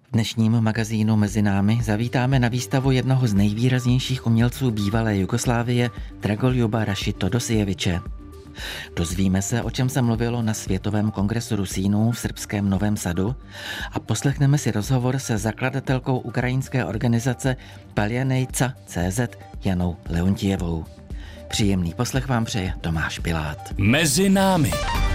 V dnešním magazínu Mezi námi zavítáme na výstavu jednoho z nejvýraznějších umělců bývalé Jugoslávie, Dragoljuba Raši Todosijeviče. Dozvíme se, o čem se mluvilo na Světovém kongresu Rusínů v srbském Novém Sadu a poslechneme si rozhovor se zakladatelkou ukrajinské organizace Paljanejca.cz Janou Leontijevou. Příjemný poslech vám přeje Tomáš Pilát. Mezi námi.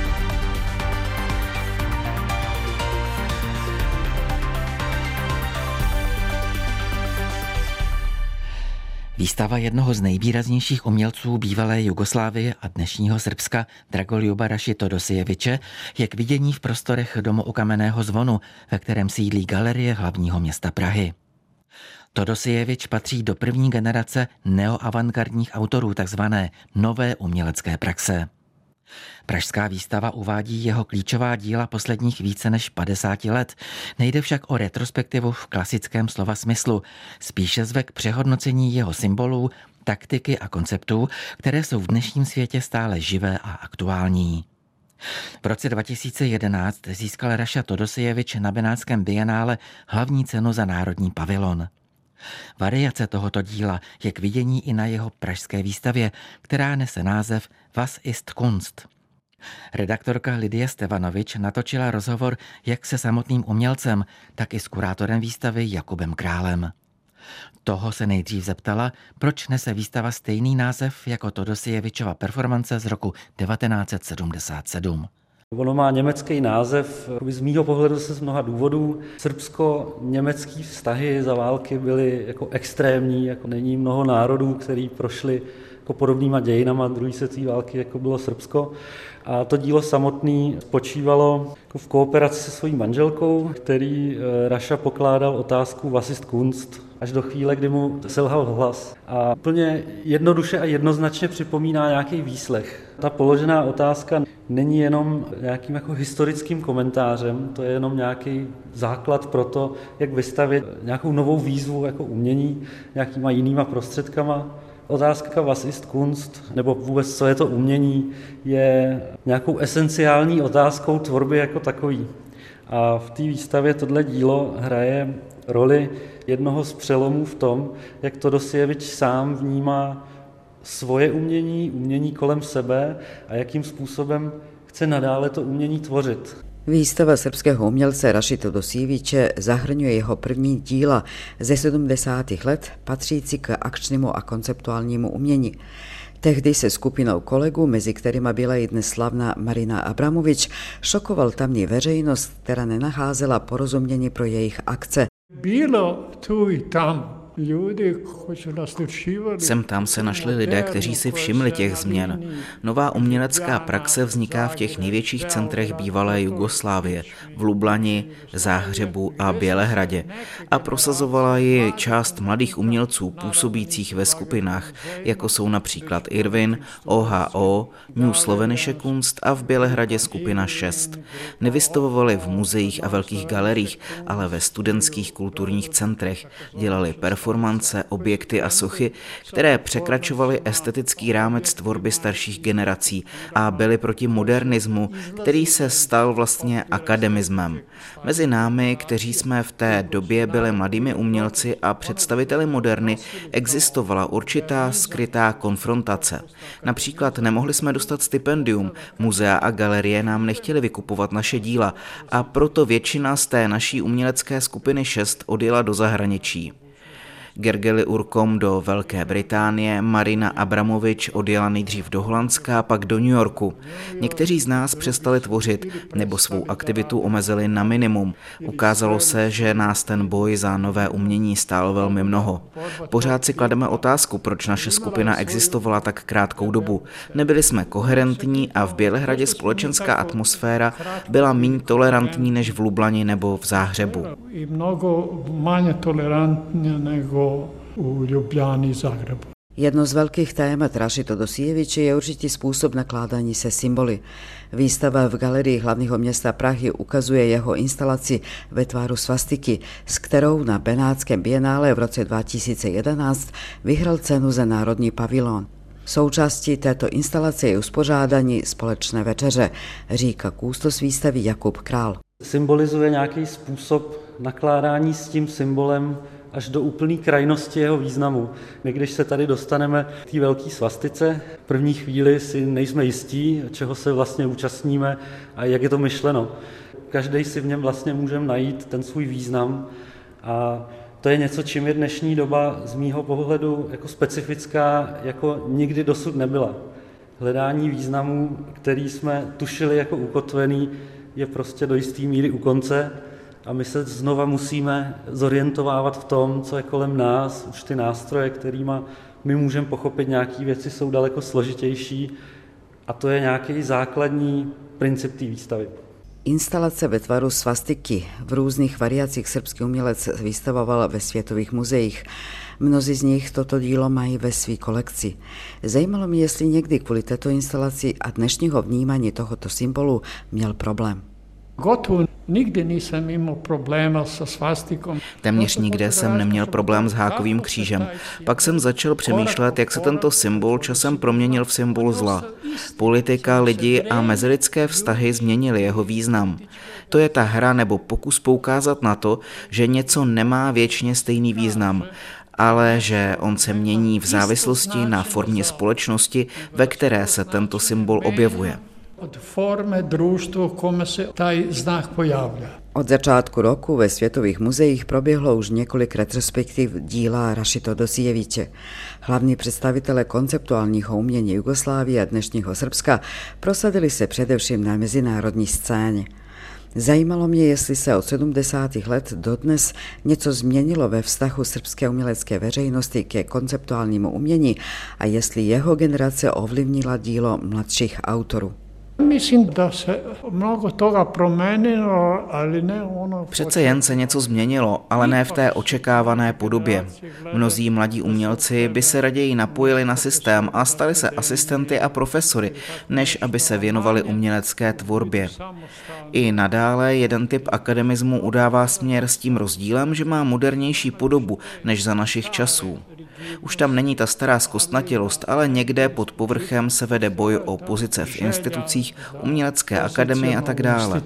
Výstava jednoho z nejvýraznějších umělců bývalé Jugoslávie a dnešního Srbska Dragoljuba Raši Todosijeviče je k vidění v prostorech Domu u Kamenného zvonu, ve kterém sídlí galerie hlavního města Prahy. Todosijevič patří do první generace neoavantgardních autorů takzvané nové umělecké praxe. Pražská výstava uvádí jeho klíčová díla posledních více než 50 let. Nejde však o retrospektivu v klasickém slova smyslu, spíše zve k přehodnocení jeho symbolů, taktiky a konceptů, které jsou v dnešním světě stále živé a aktuální. V roce 2011 získal Raša Todosijevič na Benátském bienále hlavní cenu za národní pavilon. Variace tohoto díla je k vidění i na jeho pražské výstavě, která nese název Was ist Kunst. Redaktorka Lidie Stevanovič natočila rozhovor jak se samotným umělcem, tak i s kurátorem výstavy Jakubem Králem. Toho se nejdřív zeptala, proč nese výstava stejný název jako Todosijevičova performance z roku 1977. Ono má německý název, z mýho pohledu se z mnoha důvodů. Srbsko-německý vztahy za války byly jako extrémní, jako není mnoho národů, který prošli jako podobnýma dějinama druhé světové války, jako bylo Srbsko. A to dílo samotné spočívalo jako v kooperaci se svojí manželkou, který Raša pokládal otázku Was ist Kunst, až do chvíle, kdy mu selhal hlas. A úplně jednoduše a jednoznačně připomíná nějaký výslech. Ta položená otázka není jenom nějakým jako historickým komentářem, to je jenom nějaký základ pro to, jak vystavit nějakou novou výzvu jako umění nějakýma jinýma prostředkama. Otázka Was ist Kunst, nebo vůbec co je to umění, je nějakou esenciální otázkou tvorby jako takový. A v té výstavě tohle dílo hraje roli jednoho z přelomů v tom, jak Todosijevič sám vnímá svoje umění kolem sebe a jakým způsobem chce nadále to umění tvořit. Výstava srbského umělce Raši Todosijeviče zahrnuje jeho první díla ze 70. let patřící k akčnímu a konceptuálnímu umění. Tehdy se skupinou kolegů, mezi kterými byla i dnes slavná Marina Abramovič, šokoval tamní veřejnost, která nenacházela porozumění pro jejich akce. Bylo tu i tam. Sem tam se našli lidé, kteří si všimli těch změn. Nová umělecká praxe vzniká v těch největších centrech bývalé Jugoslávie, v Lublani, Záhřebu a Bělehradě. A prosazovala ji část mladých umělců působících ve skupinách, jako jsou například Irvin, OHO, New Slovenische Kunst a v Bělehradě skupina 6. Nevystavovali v muzeích a velkých galeriích, ale ve studentských kulturních centrech. Dělali performance, objekty a sochy, které překračovaly estetický rámec tvorby starších generací a byly proti modernismu, který se stal vlastně akademismem. Mezi námi, kteří jsme v té době byli mladými umělci a představiteli moderny, existovala určitá skrytá konfrontace. Například nemohli jsme dostat stipendium, muzea a galerie nám nechtěli vykupovat naše díla a proto většina z té naší umělecké skupiny 6 odjela do zahraničí. Gergely Urkom do Velké Británie, Marina Abramovič odjela nejdřív do Holandska, pak do New Yorku. Někteří z nás přestali tvořit nebo svou aktivitu omezili na minimum. Ukázalo se, že nás ten boj za nové umění stál velmi mnoho. Pořád si klademe otázku, proč naše skupina existovala tak krátkou dobu. Nebyli jsme koherentní a v Bělehradě společenská atmosféra byla méně tolerantní než v Lublani nebo v Záhřebu. U Ljubljani, Zagrebu. Jedno z velkých témat Raši Todosijeviče je určitý způsob nakládání se symboly. Výstava v galerii hlavního města Prahy ukazuje jeho instalaci ve tváru svastiky, s kterou na Benátském bienále v roce 2011 vyhrál cenu za národní pavilon. Součástí této instalace je uspořádání společné večeře, říká kůstos výstavy Jakub Král. Symbolizuje nějaký způsob nakládání s tím symbolem až do úplné krajnosti jeho významu. My, když se tady dostaneme k té velké svastice, v první chvíli si nejsme jistí, čeho se vlastně účastníme a jak je to myšleno. Každý si v něm vlastně můžeme najít ten svůj význam a to je něco, čím je dnešní doba z mýho pohledu jako specifická, jako nikdy dosud nebyla. Hledání významů, který jsme tušili jako ukotvený, je prostě do jisté míry u konce a my se znova musíme zorientovávat v tom, co je kolem nás. Už ty nástroje, kterými my můžeme pochopit nějaké věci, jsou daleko složitější a to je nějaký základní princip té výstavy. Instalace ve tvaru svastiky v různých variacích srbský umělec vystavoval ve světových muzeích. Mnozí z nich toto dílo mají ve své kolekci. Zajímalo mě, jestli někdy kvůli této instalaci a dnešního vnímání tohoto symbolu měl problém. Gotovo nikdy nisam imao problema sa svastikom. Téměř nikde jsem neměl problém s hákovým křížem. Pak jsem začal přemýšlet, jak se tento symbol časem proměnil v symbol zla. Politika, lidi a mezilidské vztahy změnily jeho význam. To je ta hra nebo pokus poukázat na to, že něco nemá věčně stejný význam, ale že on se mění v závislosti na formě společnosti, ve které se tento symbol objevuje. Od forme društva u kome se taj znak pojavlja. Od začátku roku ve světových muzeích proběhlo už několik retrospektiv díla Raši Todosijeviče. Hlavní představitelé konceptuálního umění Jugoslávie a dnešního Srbska prosadili se především na mezinárodní scéně. Zajímalo mě, jestli se od 70. let dodnes něco změnilo ve vztahu srbské umělecké veřejnosti ke konceptuálnímu umění a jestli jeho generace ovlivnila dílo mladších autorů. Mislim da se mnogo toga promenilo, ali ne ono... Přece jen se něco změnilo, ale ne v té očekávané podobě. Mnozí mladí umělci by se raději napojili na systém a stali se asistenty a profesory, než aby se věnovali umělecké tvorbě. I nadále jeden typ akademismu udává směr s tím rozdílem, že má modernější podobu než za našich časů. Už tam není ta stará zkostnatilost, ale někde pod povrchem se vede boj o pozice v institucích, umělecké akademie a tak dále.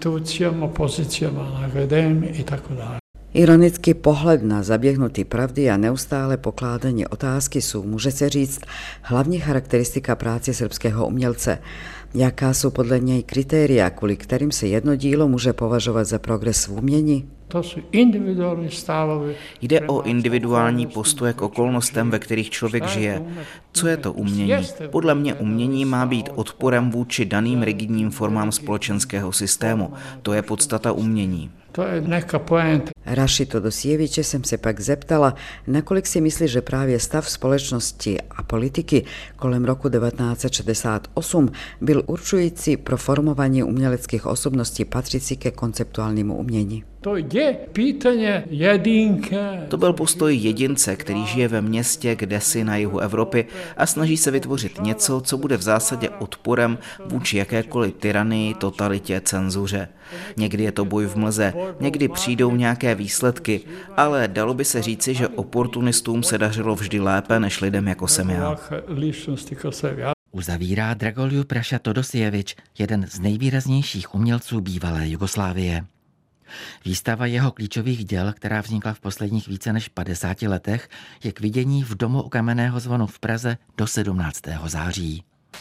Ironický pohled na zaběhnutý pravdy a neustále pokládání otázky jsou, může se říct, hlavní charakteristika práce srbského umělce. Jaká jsou podle něj kritéria, kvůli kterým se jedno dílo může považovat za progres v umění? To jsou individuální stavy. Jde o individuální postoje k okolnostem, ve kterých člověk žije. Co je to umění? Podle mě umění má být odporem vůči daným rigidním formám společenského systému. To je podstata umění. To je neka poenta. Raši Todosijeviče jsem se pak zeptala, nakolik si myslí, že právě stav společnosti a politiky kolem roku 1968 byl určující pro formování uměleckých osobností patřící ke konceptuálnímu umění. To je pitanje jedinke. To byl postoj jedince, který žije ve městě kdesi na jihu Evropy a snaží se vytvořit něco, co bude v zásadě odporem vůči jakékoliv tyranii, totalitě, cenzuře. Někdy je to boj v mlze, někdy přijdou nějaké výsledky, ale dalo by se říci, že oportunistům se dařilo vždy lépe než lidem jako jsem já. Uzavírá Dragoljub Raša Todosijevič, jeden z nejvýraznějších umělců bývalé Jugoslávie. Výstava jeho klíčových děl, která vznikla v posledních více než 50 letech, je k vidění v Domu u Kamenného zvonu v Praze do 17. září.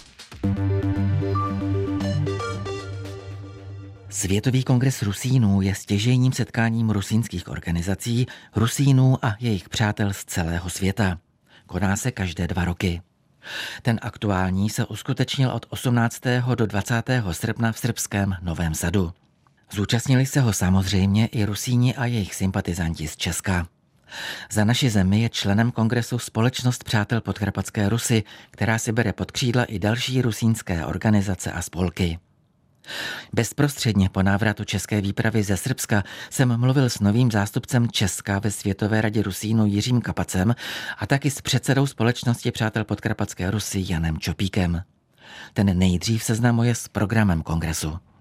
Světový kongres Rusínů je stěžejním setkáním rusínských organizací, Rusínů a jejich přátel z celého světa. Koná se každé 2 roky. Ten aktuální se uskutečnil od 18. do 20. srpna v srbském Novém Sadu. Zúčastnili se ho samozřejmě i Rusíni a jejich sympatizanti z Česka. Za naši zemi je členem kongresu Společnost přátel Podkarpatské Rusy, která si bere pod křídla i další rusínské organizace a spolky. Bezprostředně po návratu české výpravy ze Srbska jsem mluvil s novým zástupcem Česka ve Světové radě Rusínů Jiřím Kapacem a taky s předsedou Společnosti přátel Podkarpatské Rusy Janem Čopíkem. Ten nejdřív seznamuje s programem kongresu.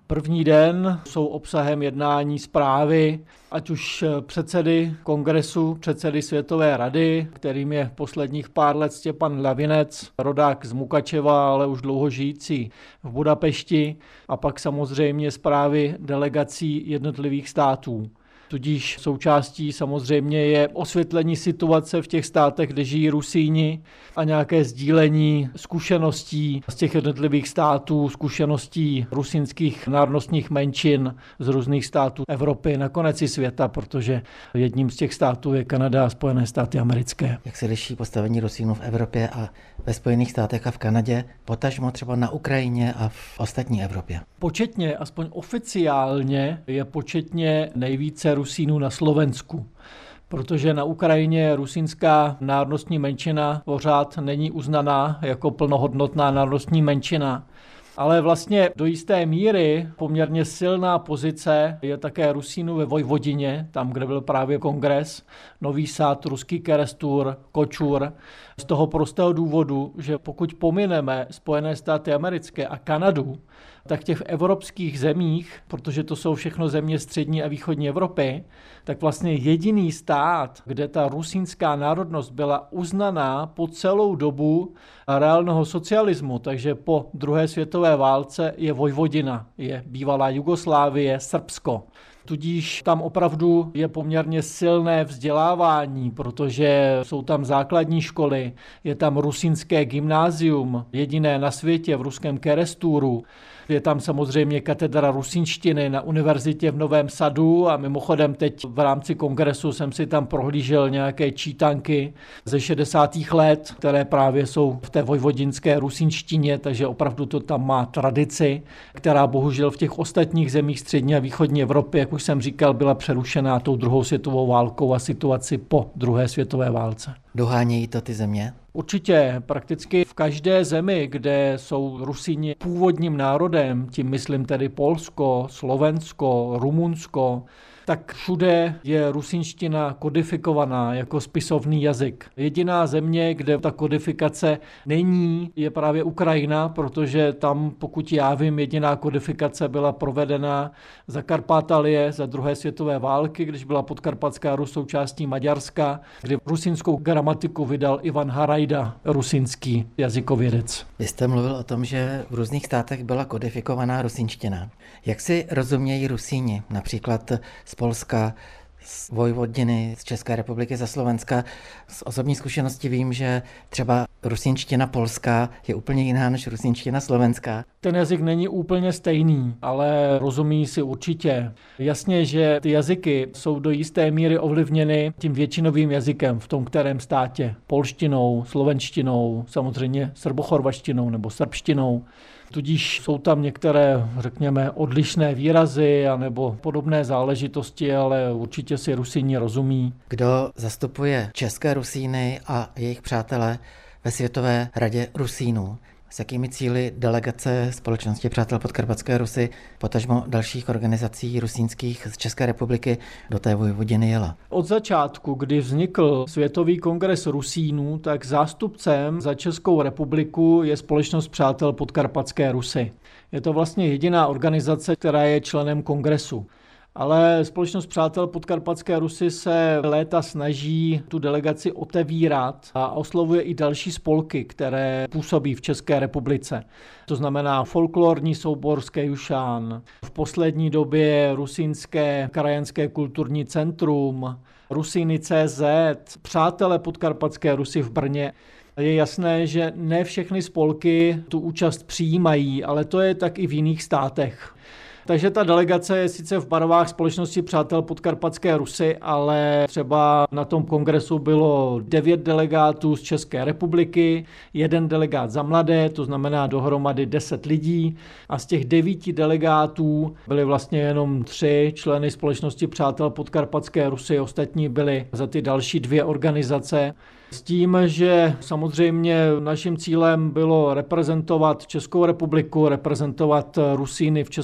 První den jsou obsahem jednání zprávy, ať už předsedy kongresu, předsedy Světové rady, kterým je posledních pár let Stěpan Lavinec, rodák z Mukačeva, ale už dlouho žijící v Budapešti, a pak samozřejmě zprávy delegací jednotlivých států. Tudíž součástí samozřejmě je osvětlení situace v těch státech, kde žijí Rusíni, a nějaké sdílení zkušeností z těch jednotlivých států, zkušeností rusínských národnostních menšin z různých států Evropy, nakonec i světa, protože jedním z těch států je Kanada a Spojené státy americké. Jak se liší postavení Rusínů v Evropě a ve Spojených státech a v Kanadě, potažmo třeba na Ukrajině a v ostatní Evropě? Početně, aspoň oficiálně, je početně nejvíce Rusínů na Slovensku, protože na Ukrajině rusínská národnostní menšina pořád není uznaná jako plnohodnotná národnostní menšina. Ale vlastně do jisté míry poměrně silná pozice je také Rusínů ve Vojvodině, tam, kde byl právě kongres, Nový Sad, Ruský Kerestur, Kočur. Z toho prostého důvodu, že pokud pomineme Spojené státy americké a Kanadu, tak v těch evropských zemích, protože to jsou všechno země střední a východní Evropy, tak vlastně jediný stát, kde ta rusínská národnost byla uznaná po celou dobu reálného socialismu, takže po druhé světové válce, je Vojvodina, je bývalá Jugoslávie, Srbsko. Tudíž tam opravdu je poměrně silné vzdělávání, protože jsou tam základní školy, je tam rusínské gymnázium, jediné na světě v Ruském Keresturu. Je tam samozřejmě katedra rusínštiny na univerzitě v Novém Sadu a mimochodem teď v rámci kongresu jsem si tam prohlížel nějaké čítanky ze 60. let, které právě jsou v té vojvodinské rusínštině, takže opravdu to tam má tradici, která bohužel v těch ostatních zemích střední a východní Evropy, jak už jsem říkal, byla přerušená tou druhou světovou válkou a situaci po druhé světové válce. Dohánějí to ty země? Určitě, prakticky v každé zemi, kde jsou Rusíni původním národem, tím myslím tedy Polsko, Slovensko, Rumunsko, tak všude je rusínština kodifikovaná jako spisovný jazyk. Jediná země, kde ta kodifikace není, je právě Ukrajina, protože tam, pokud já vím, jediná kodifikace byla provedena za Karpátalie za druhé světové války, když byla Podkarpatská Rus součástí Maďarska, kdy rusínskou gramatiku vydal Ivan Harajda, rusínský jazykovědec. Vy jste mluvil o tom, že v různých státech byla kodifikovaná rusínština. Jak si rozumějí Rusíni, například z Polska, z Vojvodiny, z České republiky, ze Slovenska? Z osobní zkušenosti vím, že třeba rusínština polská je úplně jiná než rusínština slovenská. Ten jazyk není úplně stejný, ale rozumí si určitě. Jasně, že ty jazyky jsou do jisté míry ovlivněny tím většinovým jazykem v tom kterém státě. Polštinou, slovenštinou, samozřejmě srbochorvaštinou nebo srbštinou. Tudíž jsou tam některé, řekněme, odlišné výrazy anebo podobné záležitosti, ale určitě si Rusíni rozumí. Kdo zastupuje české Rusíny a jejich přátelé ve Světové radě Rusínů? S jakými cíli delegace Společnosti přátel Podkarpatské Rusy, potažmo dalších organizací rusínských z České republiky do té Vojvodiny jela? Od začátku, kdy vznikl Světový kongres Rusínů, tak zástupcem za Českou republiku je Společnost přátel Podkarpatské Rusy. Je to vlastně jediná organizace, která je členem kongresu. Ale Společnost přátel Podkarpatské Rusy se léta snaží tu delegaci otevírat a oslovuje i další spolky, které působí v České republice. To znamená folklorní soubor Skejušan, v poslední době Rusínské krajanské kulturní centrum, Rusíny.cz, Přátelé Podkarpatské Rusy v Brně. Je jasné, že ne všechny spolky tu účast přijímají, ale to je tak i v jiných státech. Takže ta delegace je sice v barvách Společnosti přátel Podkarpatské Rusy, ale třeba na tom kongresu bylo 9 delegátů z České republiky, 1 delegát za mladé, to znamená dohromady 10 lidí, a z těch 9 delegátů byly vlastně jenom 3 členy Společnosti přátel Podkarpatské Rusy, ostatní byly za ty další 2 organizace. S tím, že samozřejmě naším cílem bylo reprezentovat Českou republiku, reprezentovat Rusíny v České republice,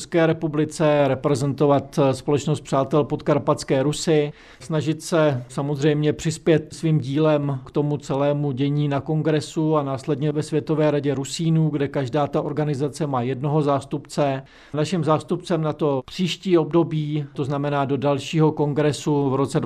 republice, reprezentovat společnost přátel Podkarpatské Rusy, snažit se samozřejmě přispět svým dílem k tomu celému dění na kongresu a následně ve Světové radě Rusínů, kde každá ta organizace má jednoho zástupce. Naším zástupcem na to příští období, to znamená do dalšího kongresu v roce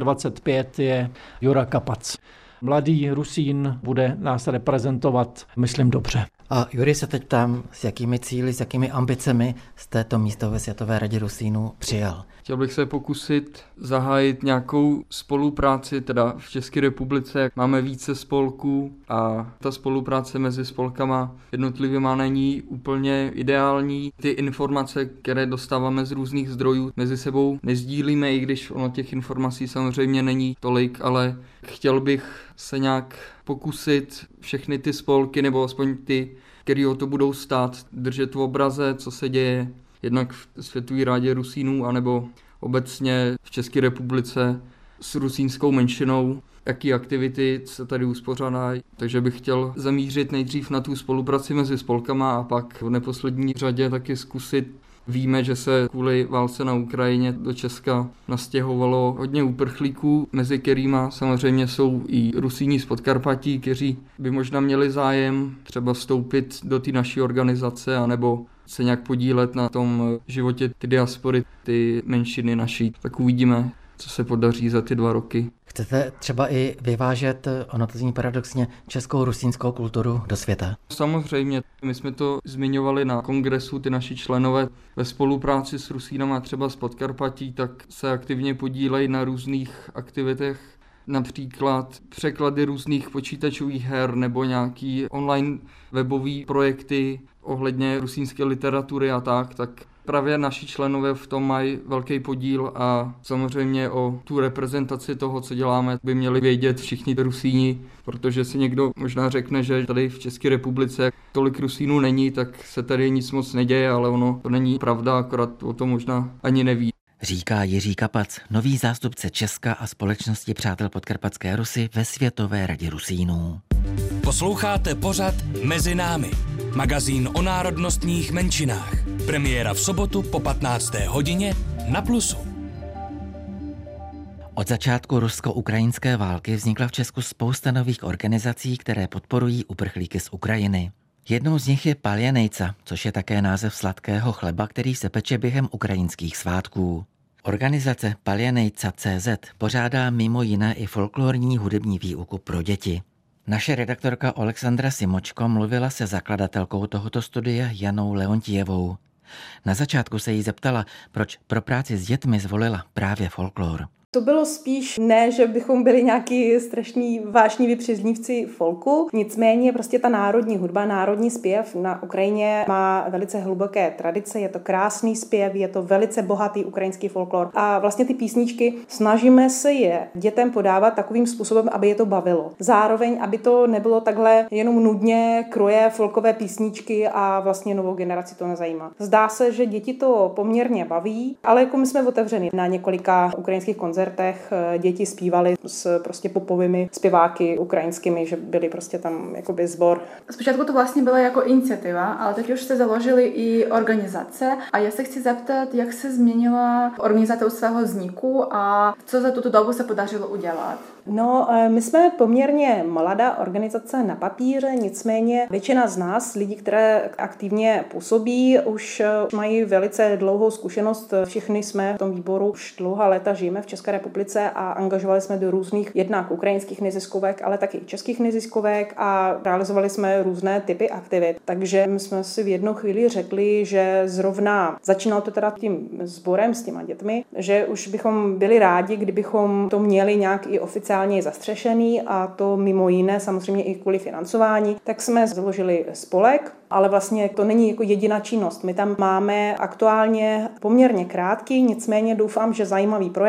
2025, je Jura Kapac. Mladý Rusín bude nás reprezentovat, myslím, dobře. A Juri, se teď ptám, s jakými cíli, s jakými ambicemi jste to místo ve Světové radě Rusínů přijal? Chtěl bych se pokusit zahájit nějakou spolupráci, teda v České republice máme více spolků a ta spolupráce mezi spolkama jednotlivýma není úplně ideální. Ty informace, které dostáváme z různých zdrojů, mezi sebou nezdílíme, i když ono těch informací samozřejmě není tolik, ale chtěl bych se nějak pokusit všechny ty spolky, nebo aspoň ty, který o to budou stát, držet v obraze, co se děje jednak v Světové radě Rusínů, anebo obecně v České republice s rusínskou menšinou, jaký aktivity se tady uspořádají. Takže bych chtěl zamířit nejdřív na tu spolupráci mezi spolkama a pak v neposlední řadě taky zkusit. Víme, že se kvůli válce na Ukrajině do Česka nastěhovalo hodně uprchlíků, mezi kterýma samozřejmě jsou i Rusíni z Podkarpatí, kteří by možná měli zájem třeba vstoupit do té naší organizace anebo se nějak podílet na tom životě ty diaspory, ty menšiny naší. Tak uvidíme, co se podaří za ty 2 roky. Chcete třeba i vyvážet, ono to zní paradoxně, českou rusínskou kulturu do světa? Samozřejmě, my jsme to zmiňovali na kongresu, ty naši členové ve spolupráci s Rusínama třeba z Podkarpatí, tak se aktivně podílejí na různých aktivitách, například překlady různých počítačových her nebo nějaký online webový projekty ohledně rusínské literatury a tak právě naši členové v tom mají velký podíl a samozřejmě o tu reprezentaci toho, co děláme, by měli vědět všichni Rusíni, protože si někdo možná řekne, že tady v České republice tolik Rusínů není, tak se tady nic moc neděje, ale ono to není pravda, akorát o tom možná ani neví. Říká Jiří Kapac, nový zástupce Česka a společnosti přátel Podkarpatské Rusy ve Světové radě Rusínů. Posloucháte pořad Mezi námi, magazín o národnostních menšinách. Premiéra v sobotu po 15. hodině na Plusu. Od začátku rusko-ukrajinské války vznikla v Česku spousta nových organizací, které podporují uprchlíky z Ukrajiny. Jednou z nich je Paljanejca, což je také název sladkého chleba, který se peče během ukrajinských svátků. Organizace Paljanejca.cz pořádá mimo jiné i folklorní hudební výuku pro děti. Naše redaktorka Alexandra Simočko mluvila se zakladatelkou tohoto studia Janou Leontijevou. Na začátku se jí zeptala, proč pro práci s dětmi zvolila právě folklor. To bylo spíš ne, že bychom byli nějaký strašní vášniví příznivci folku, nicméně prostě ta národní hudba, národní zpěv na Ukrajině má velice hluboké tradice, je to krásný zpěv, je to velice bohatý ukrajinský folklor a vlastně ty písničky snažíme se je dětem podávat takovým způsobem, aby je to bavilo. Zároveň, aby to nebylo takhle jenom nudně kroje folkové písničky a vlastně novou generaci to nezajímá. Zdá se, že děti to poměrně baví, ale jako my jsme otevřeni na několika ukrajinských koncertech děti zpívali s prostě popovými zpěváky ukrajinskými, že byli prostě tam jakoby sbor. Zpočátku to vlastně byla jako iniciativa, ale teď už jste založili i organizace a já se chci zeptat, jak se změnila organizace od svého vzniku a co za tuto dobu se podařilo udělat? No, my jsme poměrně mladá organizace na papíře, nicméně většina z nás, lidí, které aktivně působí, už mají velice dlouhou zkušenost. Všichni jsme v tom výboru už dlouhá léta žijeme v České republice a angažovali jsme do různých jednak ukrajinských neziskovek, ale taky českých neziskovek a realizovali jsme různé typy aktivit. Takže my jsme si v jednu chvíli řekli, že zrovna začínalo to teda tím sborem s těma dětmi, že už bychom byli rádi, kdybychom to měli nějak i oficiálně zastřešený a to mimo jiné samozřejmě i kvůli financování, tak jsme založili spolek, ale vlastně to není jako jediná činnost. My tam máme aktuálně poměrně krátký, nicméně doufám, že zajímavý projekt, který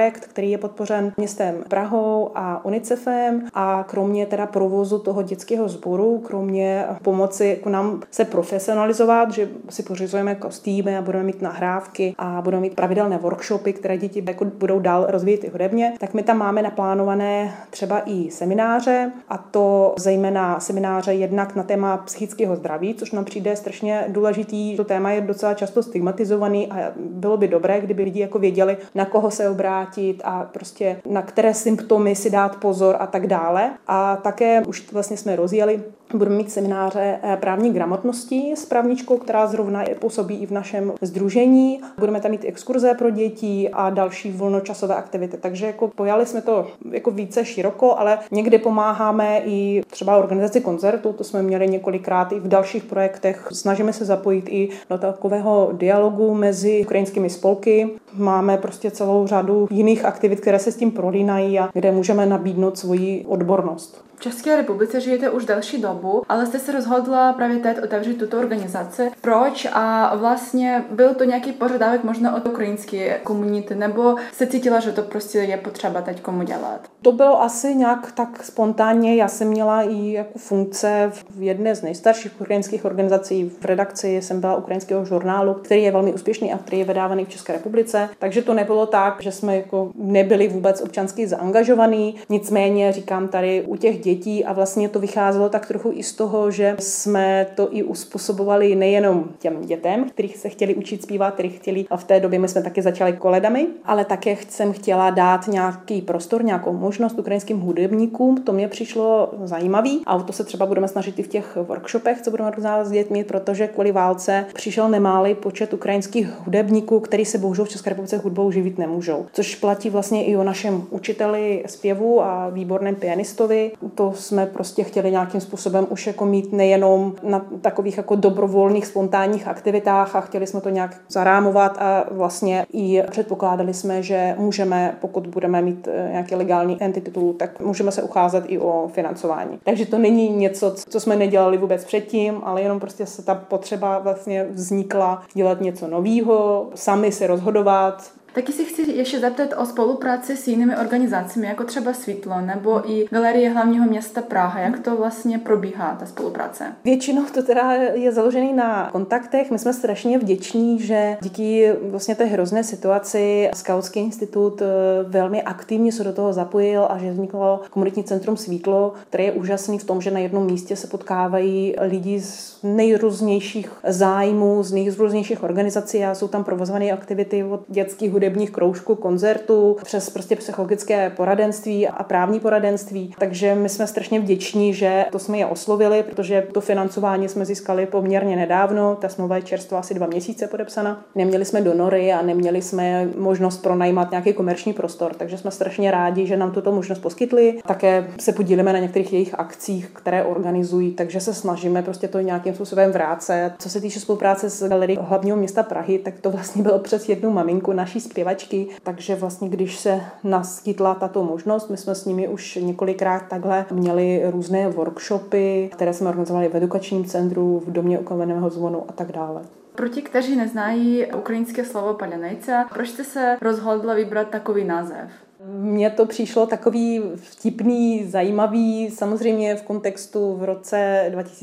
který je podpořen městem Prahou a UNICEFem a kromě teda provozu toho dětského sboru, kromě pomoci jako nám se profesionalizovat, že si pořizujeme kostýmy a budeme mít nahrávky a budeme mít pravidelné workshopy, které děti jako budou dál rozvíjet i hudebně, tak my tam máme naplánované třeba i semináře, a to zejména semináře jednak na téma psychického zdraví, což nám přijde strašně důležitý. To téma je docela často stigmatizovaný a bylo by dobré, kdyby lidi jako věděli, na koho se obrátit a prostě na které symptomy si dát pozor a tak dále. A také už vlastně jsme rozjeli, budeme mít semináře právní gramotnosti s právničkou, která zrovna působí i v našem sdružení. Budeme tam mít exkurze pro děti a další volnočasové aktivity. Takže jako pojali jsme to jako více široko, ale někdy pomáháme i třeba organizaci koncertu, to jsme měli několikrát i v dalších projektech. Snažíme se zapojit i do takového dialogu mezi ukrajinskými spolky. Máme prostě celou řadu jiných aktivit, které se s tím prolínají a kde můžeme nabídnout svoji odbornost. V České republice žijete už delší dobu, ale jste se rozhodla právě teď otevřít tuto organizaci. Proč? A vlastně byl to nějaký požadavek možná od ukrajinské komunity, nebo se cítila, že to prostě je potřeba teď komu dělat? To bylo asi nějak tak spontánně. Já jsem měla i jako funkce v jedné z nejstarších ukrajinských organizací. V redakci jsem byla ukrajinského žurnálu, který je velmi úspěšný a který je vydávaný v České republice. Takže to nebylo tak, že jsme jako nebyli vůbec občansky zaangažovaní. Nicméně říkám tady u těch dětí a vlastně to vycházelo tak trochu i z toho, že jsme to i uspůsobovali nejenom těm dětem, kterých se chtěli učit zpívat, kteří chtěli, a v té době my jsme taky začali koledami, ale také jsem chtěla dát nějaký prostor, nějakou možnost ukrajinským hudebníkům. To mě přišlo zajímavý a o to se třeba budeme snažit i v těch workshopech, co budeme organizovat s dětmi, protože kvůli válce přišel nemálý počet ukrajinských hudebníků, kteří se bohužel v České republice hudbou živit nemůžou. Což platí vlastně i o našem učiteli zpěvu a výborném pianistovi. To jsme prostě chtěli nějakým způsobem už jako mít nejenom na takových jako dobrovolných spontánních aktivitách a chtěli jsme to nějak zarámovat a vlastně i předpokládali jsme, že můžeme, pokud budeme mít nějaký legální entitu, tak můžeme se ucházet i o financování. Takže to není něco, co jsme nedělali vůbec předtím, ale jenom prostě se ta potřeba vlastně vznikla dělat něco nového, sami se rozhodovat. Taky si chci ještě zeptat o spolupráci s jinými organizacemi, jako třeba Světlo nebo i Galerie hlavního města Praha. Jak to vlastně probíhá, ta spolupráce? Většinou to teda je založený na kontaktech. My jsme strašně vděční, že díky vlastně té hrozné situaci Skautský institut velmi aktivně se do toho zapojil a že vzniklo komunitní centrum Světlo, které je úžasný v tom, že na jednom místě se potkávají lidi z nejrůznějších zájmů, z nejrůznějších organizací a jsou tam provozované aktivity od dětských hudebních kroužků, koncertů, přes prostě psychologické poradenství a právní poradenství. Takže my jsme strašně vděční, že to jsme je oslovili, protože to financování jsme získali poměrně nedávno. Ta smlouva je čerstvá asi 2 měsíce podepsaná. Neměli jsme donory a neměli jsme možnost pronajímat nějaký komerční prostor, takže jsme strašně rádi, že nám tuto možnost poskytli. Také se podílíme na některých jejich akcích, které organizují, takže se snažíme prostě to nějakým způsobem vrátit. Co se týče spolupráce s Galerií hlavního města Prahy, tak to vlastně bylo přes jednu maminku naší zpěvačky, takže vlastně když se naskytla tato možnost, my jsme s nimi už několikrát takhle měli různé workshopy, které jsme organizovali v edukačním centru, v domě ukamenného zvonu a tak dále. Pro ti, kteří neznají ukrajinské slovo paljanice, proč jste se rozhodla vybrat takový název? Mně to přišlo takový vtipný, zajímavý, samozřejmě v kontextu v roce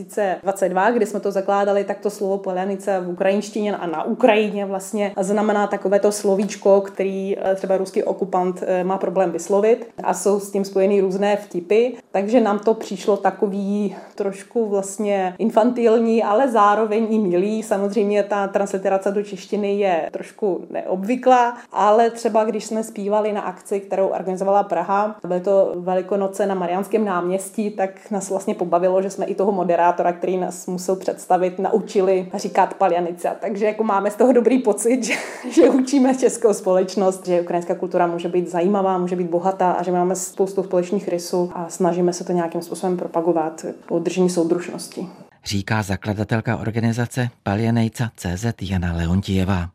2022, kdy jsme to zakládali, tak to slovo paljanice v ukrajinštině a na Ukrajině vlastně znamená takovéto slovíčko, který třeba ruský okupant má problém vyslovit a jsou s tím spojeny různé vtipy, takže nám to přišlo takový trošku vlastně infantilní, ale zároveň i milý. Samozřejmě ta transliterace do češtiny je trošku neobvyklá, ale třeba když jsme zpívali na akci, kterou organizovala Praha. Byly to Velikonoce na Mariánském náměstí, tak nás vlastně pobavilo, že jsme i toho moderátora, který nás musel představit, naučili říkat paljanice. Takže jako máme z toho dobrý pocit, že učíme českou společnost, že ukrajinská kultura může být zajímavá, může být bohatá a že máme spoustu společných rysů a snažíme se to nějakým způsobem propagovat o udržení soudružnosti. Říká zakladatelka organizace Paljanejca.cz Jana Leontijevá.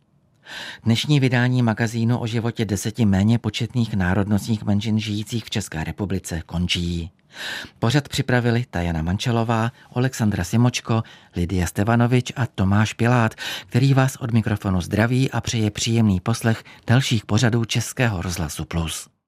Dnešní vydání magazínu o životě 10 méně početných národnostních menšin žijících v České republice končí. Pořad připravili Tajana Mančelová, Alexandra Simočko, Lidia Stevanovič a Tomáš Pilát, který vás od mikrofonu zdraví a přeje příjemný poslech dalších pořadů Českého rozhlasu Plus.